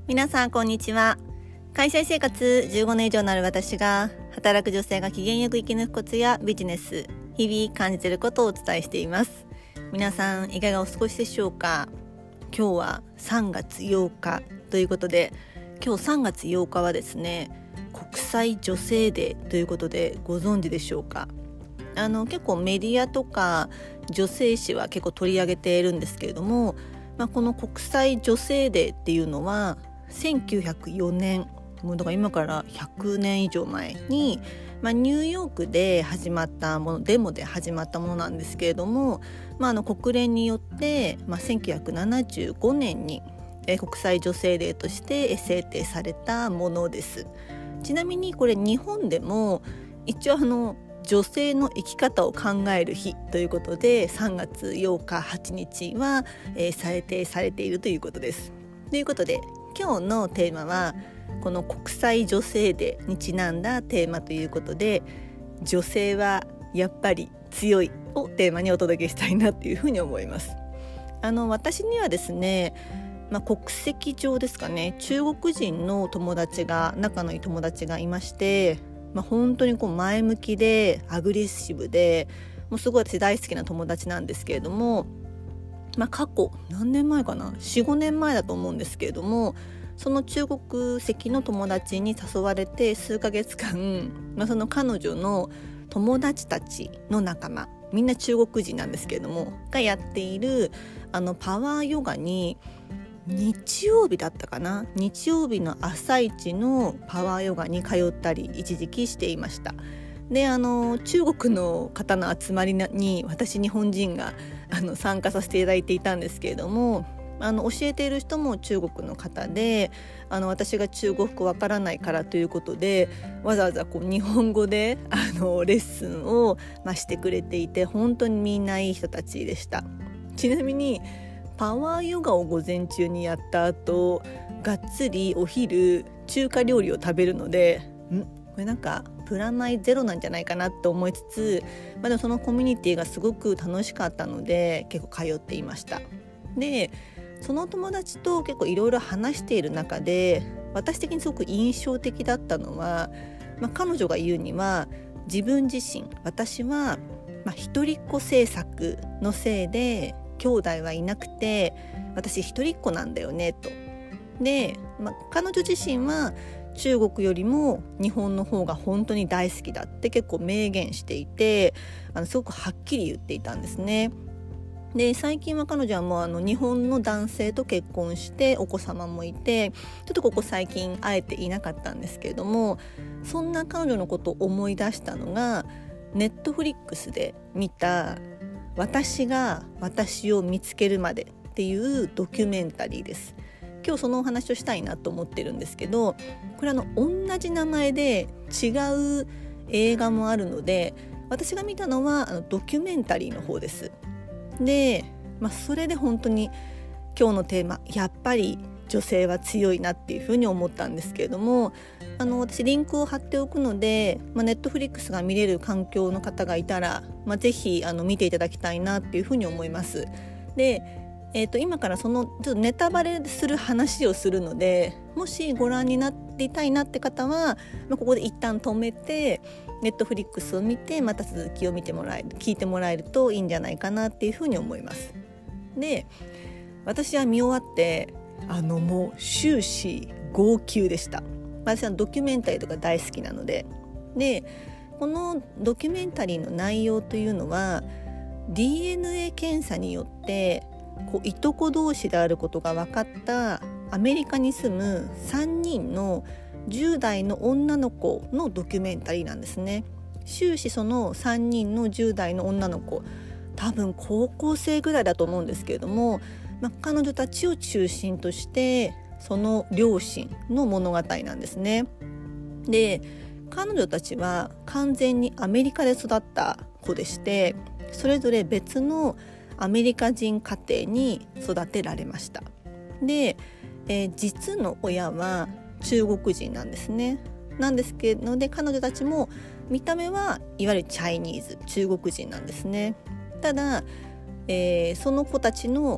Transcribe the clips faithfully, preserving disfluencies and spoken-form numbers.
皆さんこんにちは。会社生活じゅうごねん以上になる私が、働く女性が機嫌よく生き抜くコツやビジネス、日々感じていることをお伝えしています。皆さんいかがお過ごしでしょうか。今日はさんがつようかということで、今日さんがつようかはですね、国際女性デーということで、ご存知でしょうか。あの結構メディアとか女性誌は結構取り上げているんですけれども、まあ、この国際女性デーっていうのはせんきゅうひゃくよねん、もうだから今からひゃくねん以上前に、まあ、ニューヨークで始まったもの、デモで始まったものなんですけれども、まあ、あの国連によって、まあ、せんきゅうひゃくななじゅうごねんにえ国際女性デーとして制定されたものです。ちなみにこれ日本でも一応あの女性の生き方を考える日ということでさんがつようかはちにちは、えー、制定されているということです。ということで今日のテーマはこの国際女性デーにちなんだテーマということで、女性はやっぱり強いをテーマにお届けしたいなっていうふうに思います。あの私にはですね、まあ、国籍上ですかね、中国人の友達が仲のいい友達がいまして、まあ、本当にこう前向きでアグレッシブでもうすごい私大好きな友達なんですけれども、まあ、過去何年前かな よん,ご 年前だと思うんですけれども、その中国籍の友達に誘われて数ヶ月間、まあ、その彼女の友達たちの仲間、みんな中国人なんですけれどもがやっているあのパワーヨガに日曜日だったかな日曜日の朝一のパワーヨガに通ったり一時期していました。であの中国の方の集まりに私日本人があの参加させていただいていたんですけれども、あの教えている人も中国の方で、あの私が中国語わからないからということでわざわざこう日本語であのレッスンを、まあ、してくれていて、本当にみんないい人たちでした。ちなみにパワーヨガを午前中にやった後、がっつりお昼中華料理を食べるので、んこれなんかプラマイゼロなんじゃないかなと思いつつ、まあ、でもそのコミュニティがすごく楽しかったので結構通っていました。でその友達と結構いろいろ話している中で、私的にすごく印象的だったのは、まあ、彼女が言うには自分自身、私は、まあ、一人っ子政策のせいで兄弟はいなくて私一人っ子なんだよねと。で、まあ、彼女自身は中国よりも日本の方が本当に大好きだって結構明言していて、あのすごくはっきり言っていたんですね。で最近は彼女はもうあの日本の男性と結婚してお子様もいて、ちょっとここ最近会えていなかったんですけれども、そんな彼女のことを思い出したのがネットフリックスで見た私が私を見つけるまでっていうドキュメンタリーです。今日そのお話をしたいなと思ってるんですけど、これあの同じ名前で違う映画もあるので、私が見たのはあのドキュメンタリーの方です。で、まあ、それで本当に今日のテーマ、やっぱり女性は強いなっていうふうに思ったんですけれども、あの私リンクを貼っておくので、まあ、ネットフリックスが見れる環境の方がいたら、まあ、ぜひあの見ていただきたいなっていうふうに思います。で、えー、と今からそのちょっとネタバレする話をするので、もしご覧になりたいなって方は、まあ、ここで一旦止めてネットフリックスを見て、また続きを見てもらえる聞いてもらえるといいんじゃないかなっていうふうに思います。で、私は見終わってあのもう終始号泣でした。私はドキュメンタリーとか大好きなので。でこのドキュメンタリーの内容というのは ディーエヌエー 検査によってこういとこ同士であることが分かったアメリカに住むさんにんのじゅうだいの女の子のドキュメンタリーなんですね。終始そのさんにんのじゅうだいの女の子、多分高校生ぐらいだと思うんですけれども、まあ、彼女たちを中心としてその両親の物語なんですね。で彼女たちは完全にアメリカで育った子でして、それぞれ別のアメリカ人家庭に育てられました。で、えー、実の親は中国人なんですね。なんですけど、で彼女たちも見た目はいわゆるチャイニーズ、中国人なんですね。ただ、えー、その子たちの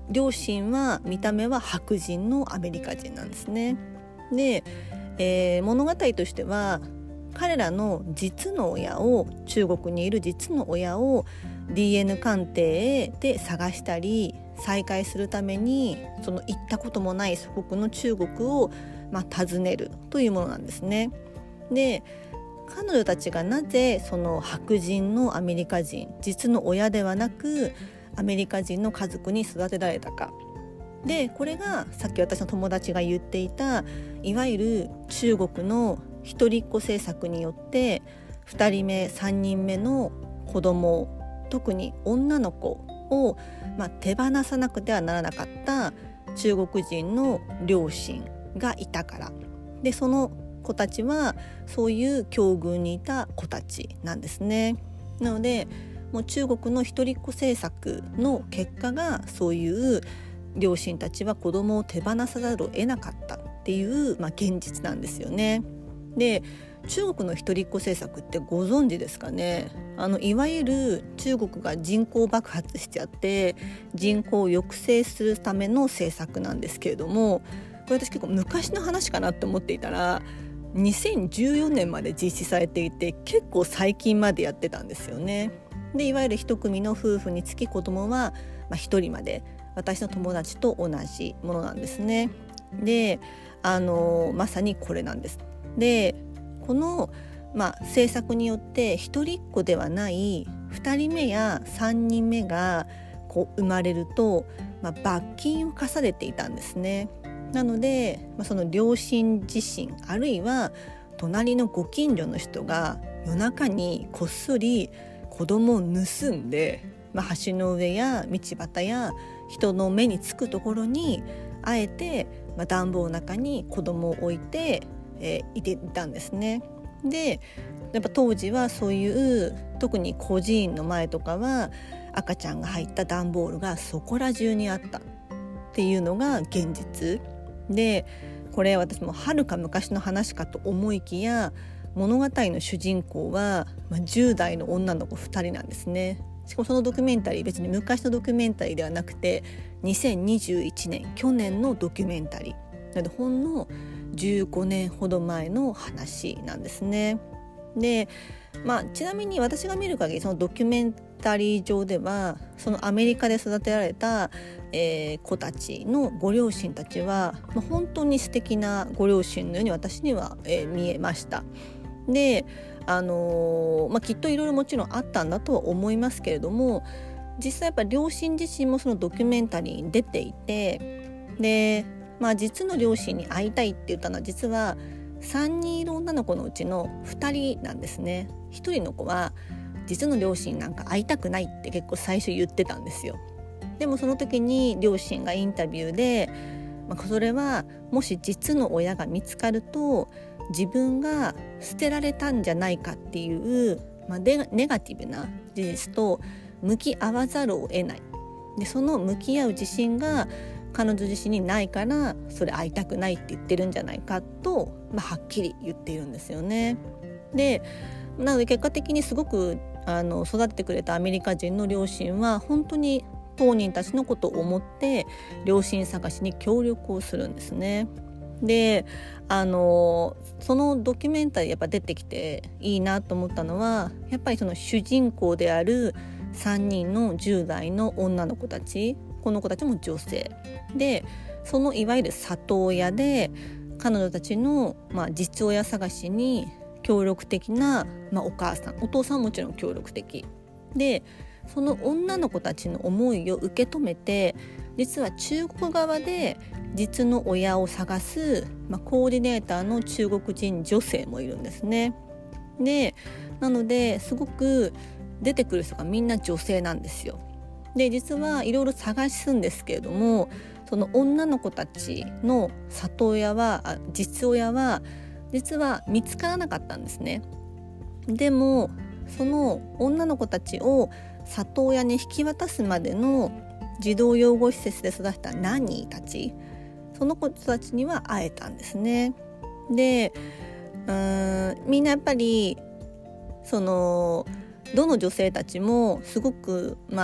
両親は見た目は白人のアメリカ人なんですね。で、えー、物語としては彼らの実の親を中国にいる実の親を ディーエヌ 鑑定で探したり再会するためにその行ったこともない祖国の中国を、まあ、訪ねるというものなんですね。で、彼女たちがなぜその白人のアメリカ人、実の親ではなくアメリカ人の家族に育てられたか。で、これがさっき私の友達が言っていたいわゆる中国の一人っ子政策によってふたりめさんにんめの子供、特に女の子を、まあ、手放さなくてはならなかった中国人の両親がいたからで、その子たちはそういう境遇にいた子たちなんですね。なのでもう中国の一人っ子政策の結果がそういう両親たちは子供を手放さざるを得なかったっていう、まあ、現実なんですよね。で、中国の一人っ子政策ってご存知ですかね。あのいわゆる中国が人口爆発しちゃって人口を抑制するための政策なんですけれども、これ私結構昔の話かなって思っていたらにせんじゅうよねんまで実施されていて結構最近までやってたんですよね。で、いわゆる一組の夫婦につき子供は、まあ、ひとりまで、私の友達と同じものなんですね。で、あのまさにこれなんです。で、この、まあ、政策によって一人っ子ではないふたりめやさんにんめがこう生まれると、まあ、罰金を課されていたんですね。なので、まあ、その両親自身あるいは隣のご近所の人が夜中にこっそり子供を盗んで、まあ、橋の上や道端や人の目につくところにあえて、まあ、暖房の中に子供を置いて、えー、いていたんですね。で、やっぱ当時はそういう特に孤児院の前とかは赤ちゃんが入った段ボールがそこら中にあったっていうのが現実で、これ私もはるか昔の話かと思いきや物語の主人公はじゅう代の女の子ふたりなんですね。しかもそのドキュメンタリー別に昔のドキュメンタリーではなくてにせんにじゅういちねん去年のドキュメンタリーなのでほんのじゅうごねんほど前の話なんですね。で、まあ、ちなみに私が見る限りそのドキュメンタリー上ではそのアメリカで育てられた、えー、子たちのご両親たちは、まあ、本当に素敵なご両親のように私には、えー、見えました。で、あのーまあ、きっといろいろもちろんあったんだとは思いますけれども、実際やっぱり両親自身もそのドキュメンタリーに出ていて、で、まあ、実の両親に会いたいって言ったのは実はさんにんいる女の子のうちのふたりなんですね。ひとりの子は実の両親なんか会いたくないって結構最初言ってたんですよ。でもその時に両親がインタビューで、まあ、それはもし実の親が見つかると自分が捨てられたんじゃないかっていう、まあ、ネガティブな事実と向き合わざるを得ない。で、その向き合う自信が彼女自身にないからそれ会いたくないって言ってるんじゃないかと、まあ、はっきり言っているんですよね。で、なので結果的にすごくあの育ててくれたアメリカ人の両親は本当に当人たちのことを思って両親探しに協力をするんですね。で、あのそのドキュメンタリーやっぱ出てきていいなと思ったのはやっぱりその主人公であるさんにんのじゅう代の女の子たち、この子たちも女性で、そのいわゆる里親で彼女たちの、まあ、実親探しに協力的な、まあ、お母さん、お父さんはもちろん協力的で、その女の子たちの思いを受け止めて実は中国側で実の親を探す、まあ、コーディネーターの中国人女性もいるんですね。で、なのですごく出てくる人がみんな女性なんですよ。で、実はいろいろ探すんですけれども、その女の子たちの里親はあ実親は実は見つからなかったんですね。でもその女の子たちを里親に引き渡すまでの児童養護施設で育てたナニーたち、その子たちには会えたんですね。で、うーんみんなやっぱりそのどの女性たちもすごく、まあ、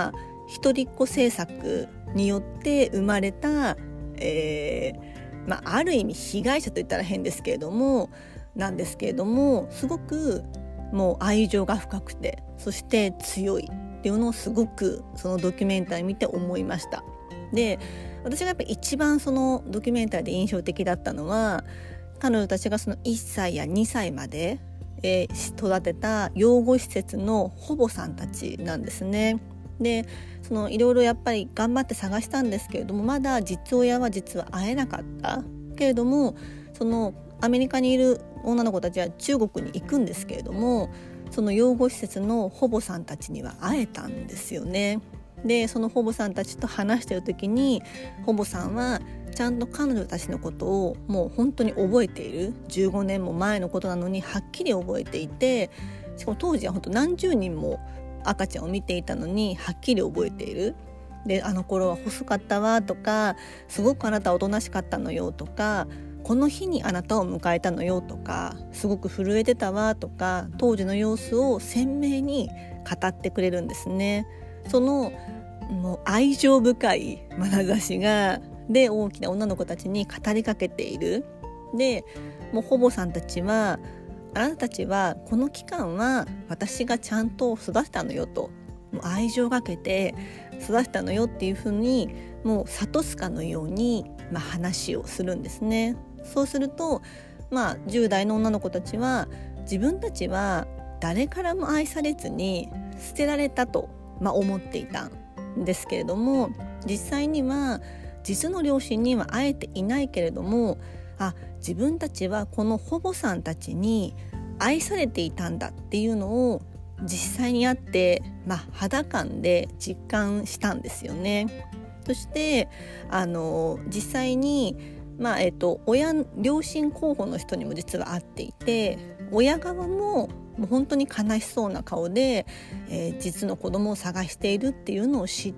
一人っ子政策によって生まれた、えーまあ、ある意味被害者と言ったら変ですけれどもなんですけれども、すごくもう愛情が深くて、そして強いっていうのをすごくそのドキュメンタリー見て思いました。で、私がやっぱり一番そのドキュメンタリーで印象的だったのは、彼女たちがそのいっさいやにさいまで、えー、育てた養護施設の保母さんたちなんですね。で、そのいろいろやっぱり頑張って探したんですけれども、まだ実親は実は会えなかったけれども、そのアメリカにいる女の子たちは中国に行くんですけれども、その養護施設の保母さんたちには会えたんですよね。で、その保母さんたちと話している時に、保母さんはちゃんと彼女たちのことをもう本当に覚えている、じゅうごねんも前のことなのにはっきり覚えていて、しかも当時は本当何十人も赤ちゃんを見ていたのにはっきり覚えている。で、あの頃は細かったわとか、すごくあなたおとなしかったのよとか、この日にあなたを迎えたのよとか、すごく震えてたわとか、当時の様子を鮮明に語ってくれるんですね。そのもう愛情深い眼差しがで大きな女の子たちに語りかけている。で、もう保母さんたちは、あなたたちはこの期間は私がちゃんと育てたのよと、もう愛情がけて育てたのよっていうふうにもう諭すかのように、まあ、話をするんですね。そうすると、まあ、じゅう代の女の子たちは自分たちは誰からも愛されずに捨てられたと、まあ、思っていたんですけれども、実際には実の両親には会えていないけれども、あ、自分たちはこの保母さんたちに愛されていたんだっていうのを実際に会って、まあ、肌感で実感したんですよね。そしてあの実際に、まあえっと、親両親候補の人にも実は会っていて、親側ももう本当に悲しそうな顔で、えー、実の子供を探しているっていうのを知って、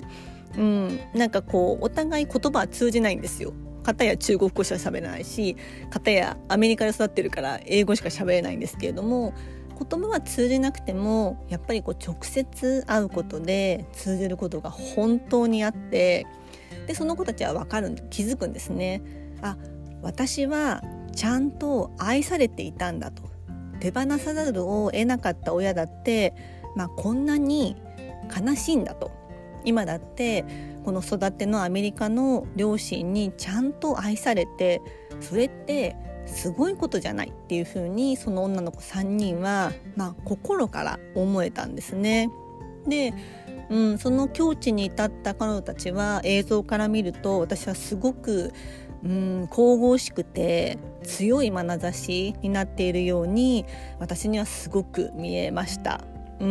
うん、なんかこうお互い言葉は通じないんですよ。片や中国語しか喋れないし、片やアメリカで育ってるから英語しか喋れないんですけれども、言葉は通じなくてもやっぱりこう直接会うことで通じることが本当にあって、でその子たちは分かる気づくんですね。あ、私はちゃんと愛されていたんだと。手放さざるを得なかった親だって、まあ、こんなに悲しいんだと。今だってこの育てのアメリカの両親にちゃんと愛されて、それってすごいことじゃないっていうふうに、その女の子さんにんは、まあ、心から思えたんですね。で、うん、その境地に至った彼女たちは映像から見ると、私はすごく、うん、神々しくて強い眼差しになっているように私にはすごく見えました。うん、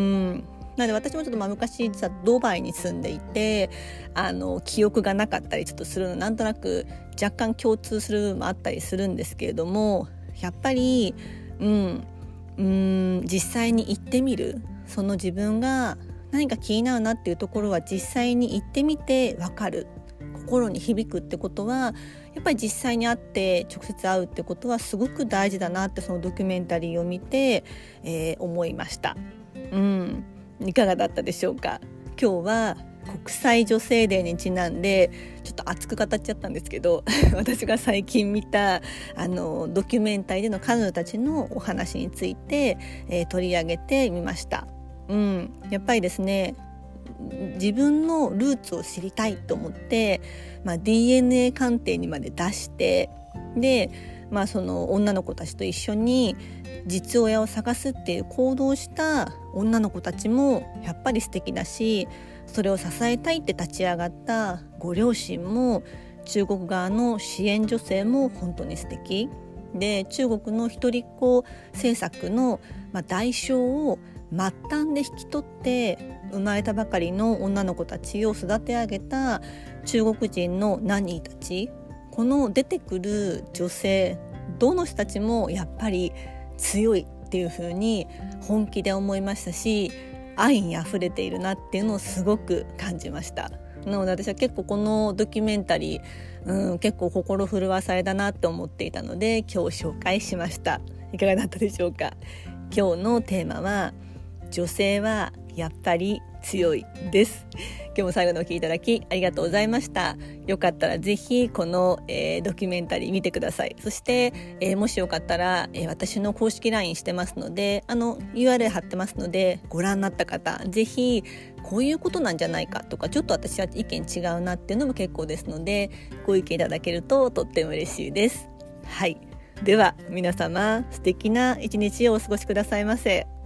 なので私もちょっとまあ昔実はドバイに住んでいて、あの記憶がなかったりちょっとするの、なんとなく若干共通する部分もあったりするんですけれども、やっぱり、うん、うん実際に行ってみる、その自分が何か気になるなっていうところは実際に行ってみて分かる、心に響くってことはやっぱり実際に会って直接会うってことはすごく大事だなって、そのドキュメンタリーを見て、えー、思いました。うん、いかがだったでしょうか。今日は国際女性デーにちなんでちょっと熱く語っちゃったんですけど私が最近見たあのドキュメンタリーでの彼女たちのお話について、えー、取り上げてみました。うん、やっぱりですね、自分のルーツを知りたいと思って、まあ、ディーエヌエー 鑑定にまで出して、で、まあ、その女の子たちと一緒に実親を探すっていう行動をした女の子たちもやっぱり素敵だし、それを支えたいって立ち上がったご両親も、中国側の支援女性も本当に素敵で、中国の一人っ子政策の、まあ、代償を末端で引き取って生まれたばかりの女の子たちを育て上げた中国人のナニーたち、この出てくる女性どの人たちもやっぱり強いっていう風に本気で思いましたし、愛にあふれているなっていうのをすごく感じました。なので私は結構このドキュメンタリー、うん、結構心震わされだなって思っていたので今日紹介しました。いかがだったでしょうか。今日のテーマは、女性はやっぱり強いです。今日も最後のお聞きいただきありがとうございました。よかったらぜひこの、えー、ドキュメンタリー見てください。そして、えー、もしよかったら、えー、私の公式 ライン してますので、あの ユーアールエル 貼ってますので、ご覧になった方ぜひこういうことなんじゃないかとか、ちょっと私は意見違うなっていうのも結構ですので、ご意見いただけるととっても嬉しいです。はい、では皆様素敵な一日をお過ごしくださいませ。